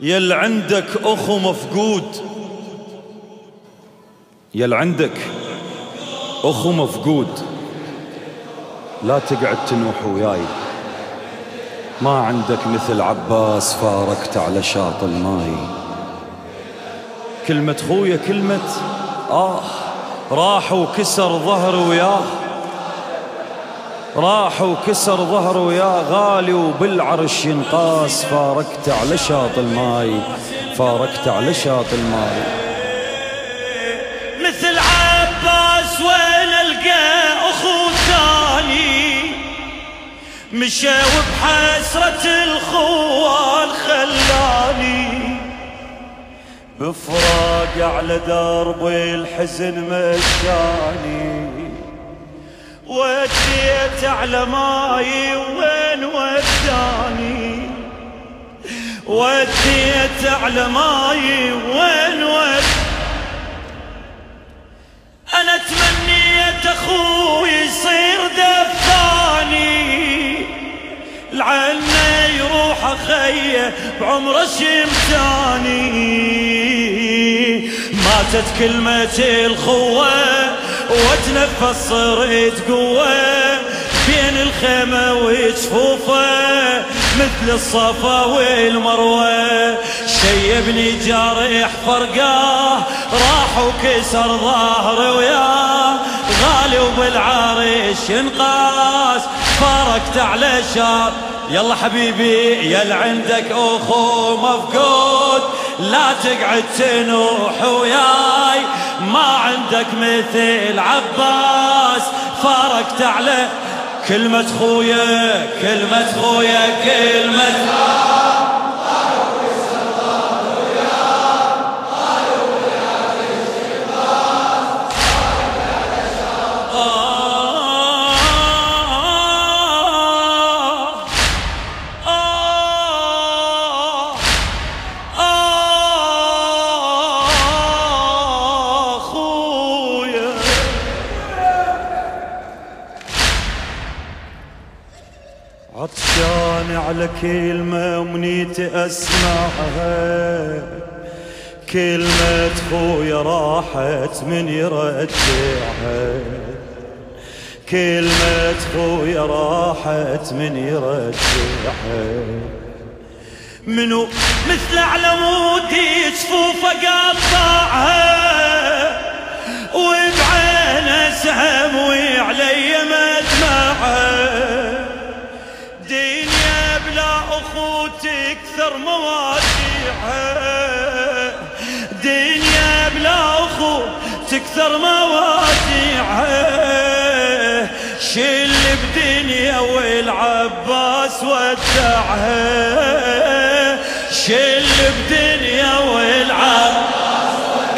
يل عندك أخو مفقود، يل عندك أخو مفقود، لا تقعد تنوح وياي. ما عندك مثل عباس فارقت على شاطئ الماي. كلمة خويا كلمة راح وكسر ظهر وياه، راح وكسر ظهر وياه غالي وبالعرش ينقاس. فارقت على شاطئ الماي، فارقت على شاطئ الماي. مثل عباس وين القى اخو ثاني، مشى وبحسرة الخوال خلاني، بفراق على درب الحزن مشاني. وديت على ماي وين وداني، وديت على ماي وين أنا تمنيت أخوي يصير دفاني، لعنه يروح أخيه بعمره شمتاني. ماتت كلمة الخوة واتنفس صرت قوة، بين الخيمة وجفوفه مثل الصفا والمروة. شيبني جارح فرقاه، راح وكسر ظهره وياه غالي وبالعرش ينقاس. فارقت على شاط. يلا حبيبي يل عندك اخو مفقود، لا تقعد تنوح وياي. ما عندك مثل عباس فارقت على كلمة خويا، كلمة خويا، كلمة عطشان على كلمة منيت أسمعها. كلمة خويا راحت من يرجعها، كلمة خويا راحت من يرجعها. منو مثل على مودي جفوفه قطعها، وبعينه سهم وعلي مدمعها. دنيا بلا أخو تكثر مواجعها، دنيا بلا أخو تكثر مواجعها. شل بدنيا والعباس ودعها، شل بدنيا والعباس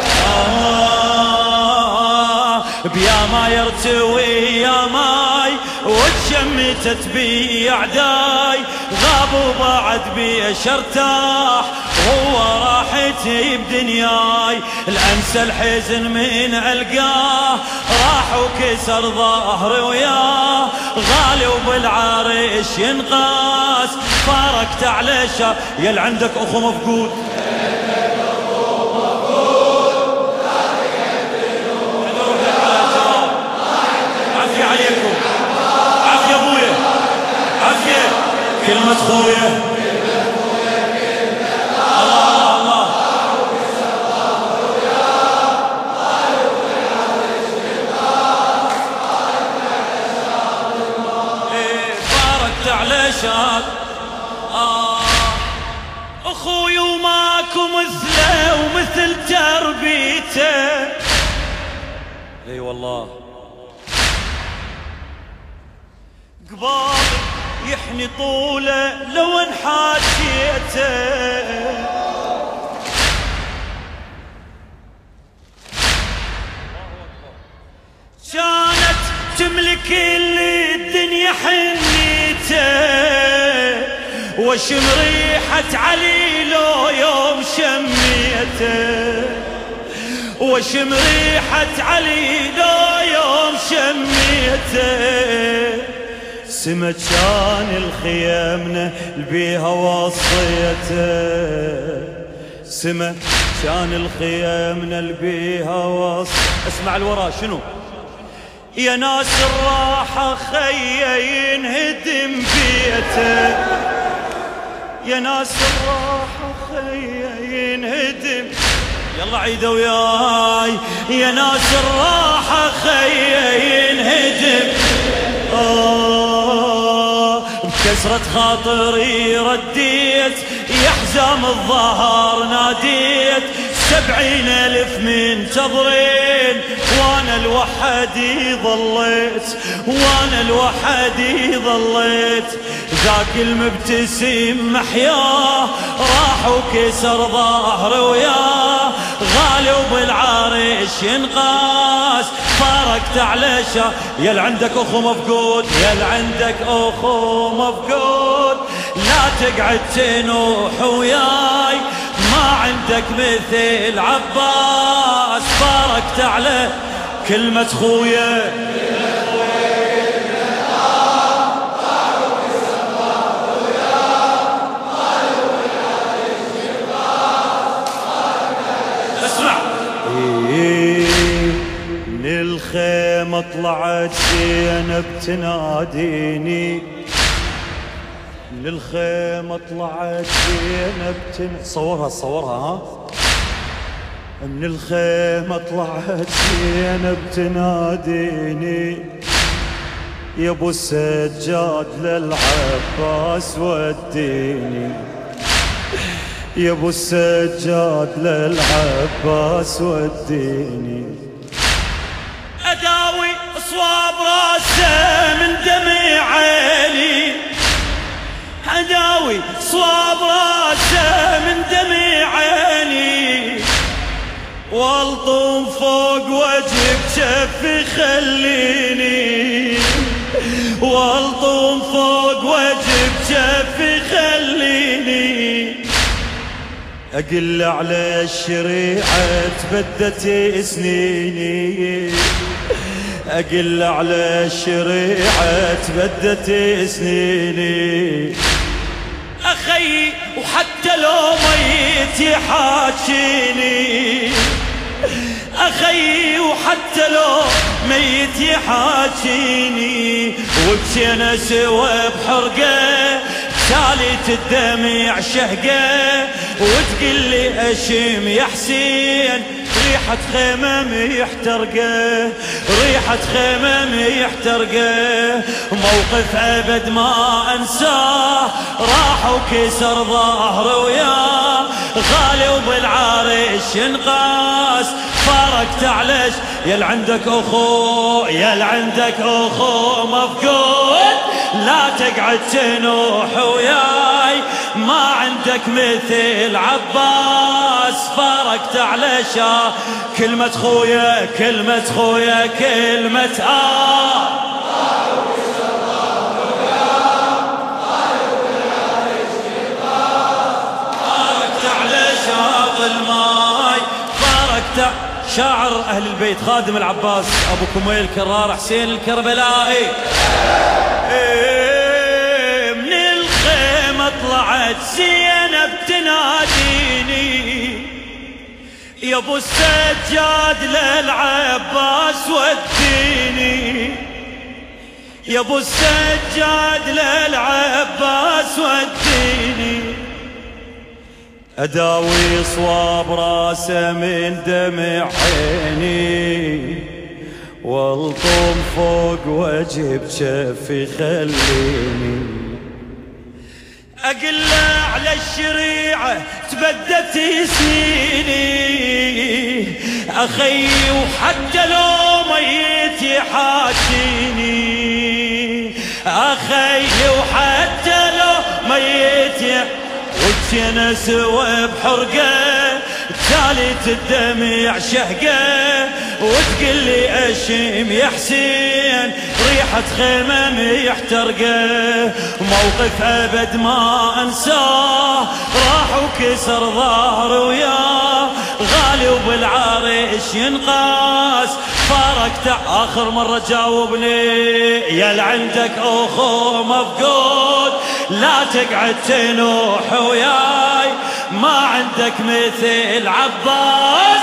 ودعها. بيا ما يرتوي يا ماي وتشمتت بي اعداي، غابوا بعد بيش ارتاح وهو راحتي بدنياي. الانسى الحزن من القاه، راح وكسر ظهري وياه غالي وبالعرش ينقاس. فارقت على شا. يل عندك اخو مفقود، كلمة خويا، الله الله. فارقت على شاط اخوي وماكو مثله ومثل تربيته. اي والله قبال يحني طوله لو انحاجيته. كانت تملك الدنيا حنيته، وشم ريحة علي لو يوم شميته، وشم ريحة علي لو يوم شميته. سمكان الخيامنا البيها وصيته سما كان الخيام نلبيها وص. اسمع الورا شنو؟ يا ناس الراحة خيا ينهدم بيته، يا ناس الراحة خيا ينهدم. يلا عيدوا وياي. يا ناس الراحة خيا ينهدم. بكسرة خاطري رديت يا حزام الظهر ناديت، 70,000 منتظرين وانا لوحدي ظليت، وانا لوحدي ظليت. ذاك المبتسم محياه راح وكسر ظهره وياه، غالي وبالعرش ينقاس فارقت على شا. يل عندك اخو مفقود، يل عندك اخو مفقود، لا تقعد تنوح وياي، ما عندك مثل عباس فارقت على كلمة خويا. اسمع من الخيمة طلعت زينب تناديني، من الخيمة طلعت زينب صورها ها. من الخيمة طلعت زينب تناديني، يا ابو السجاد للعباس وديني، يا ابو السجاد للعباس وديني. اداوي اصواب راسه من دمع عيني، اداوي صواب راسه من دمع عيني، والطم فوق وجه بشفي خليني، والطم فوق وجه بشفي خليني. اقل على الشريعة تبدت سنيني، اقل على الشريعة تبدت سنيني. اخي وحتى لو ميت يحاكيني، اخي وحتى لو ميت يحاكيني. وبكينا سوا بحرقه سالت الدمع شهقه، وتقل لي اشم يا حسين ريحة خيمة يحترقه، ريحة خيمة يحترقه. موقف أبد ما أنساه راح وكسر ظهره وياه، غالي وبالعرش ينقاس فارقت عليش. يل عندك أخو، يل عندك أخو مفقود، لا تقعد تنوح وياي، ما عندك مثل عباس فارقت على شا. كلمة خويا كلمة خويا كلمة فارقت على شاط الماي، فارقت. شاعر أهل البيت خادم العباس أبو كميل كرار حسين الكربلائي. من الخيمة طلعت زينب تناديني، يا ابو السجاد للعباس وديني، يا ابو السجاد للعباس وديني. اداوي صواب راسه من دمع عيني، والطم فوق وجه بشفي خليني. اقل على الشريعة تبدت سنيني، اخي وحتى لو ميت يحاكيني، اخي وحتى لو ميت. وجينا سوا بحرقه تالت الدمع شهقه، وتقل لي اشم يا حسين ريحة خيمة يحترقه. موقف ابد ما انساه راح وكسر ظهره وياه، غالي وبالعرش ينقاس فارقت. اخر مرة جاوبني، يل عندك اخو مفقود، لا تقعد تنوح وياي، ما عندك مثل عباس.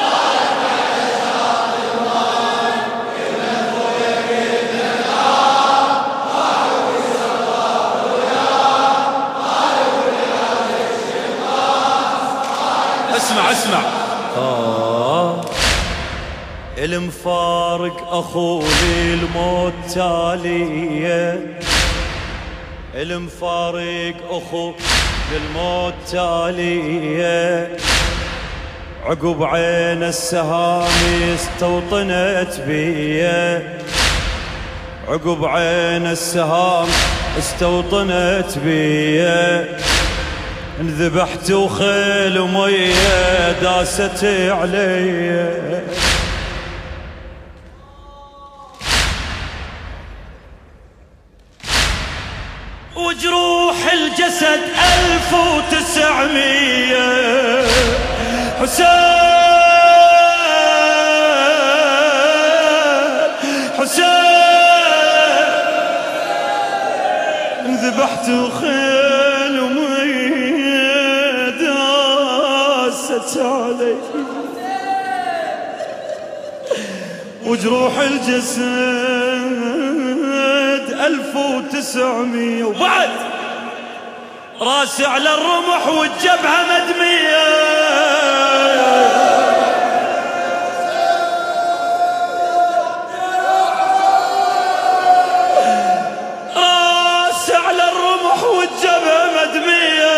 اسمع المفارق اخو للموت تاليه، المفارق اخو للموت تاليه، عقب عين السهام استوطنت بيه، عقب عين السهام استوطنت بيه، انذبحت وخيل ميه داست علي، وجروح الجسد 1900 حسين انذبحت وخيل ميه داست علي، وجروح الجسد 1900 وبعد راسي على الرمح والجبهة مدمية، راسي على الرمح والجبهة مدمية،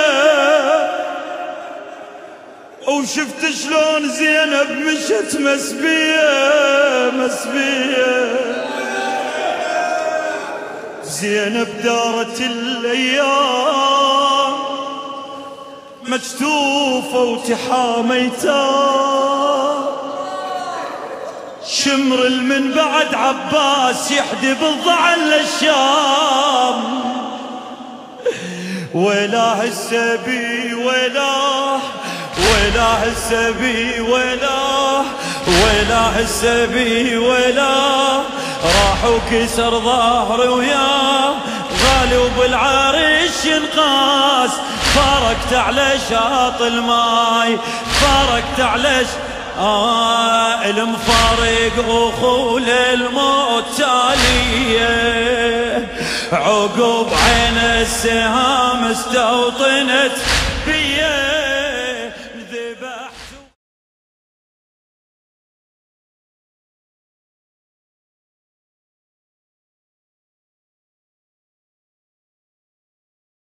وشفت شلون زينب مشت مسبية مسبية، زينب دارت الأيام مكتوفة وتحاميتا، شمر من بعد عباس يحدب الضعن للشام، ويلاه السبي ويلاه السبي ويلاه السبي ويلاه، راح وكسر ظهري وياه، غالي وبالعرش ينقاس، فارقت على شاط الماي، فارقت على المفارق اخو للموت تاليه، عقب عين السهام استوطنت بي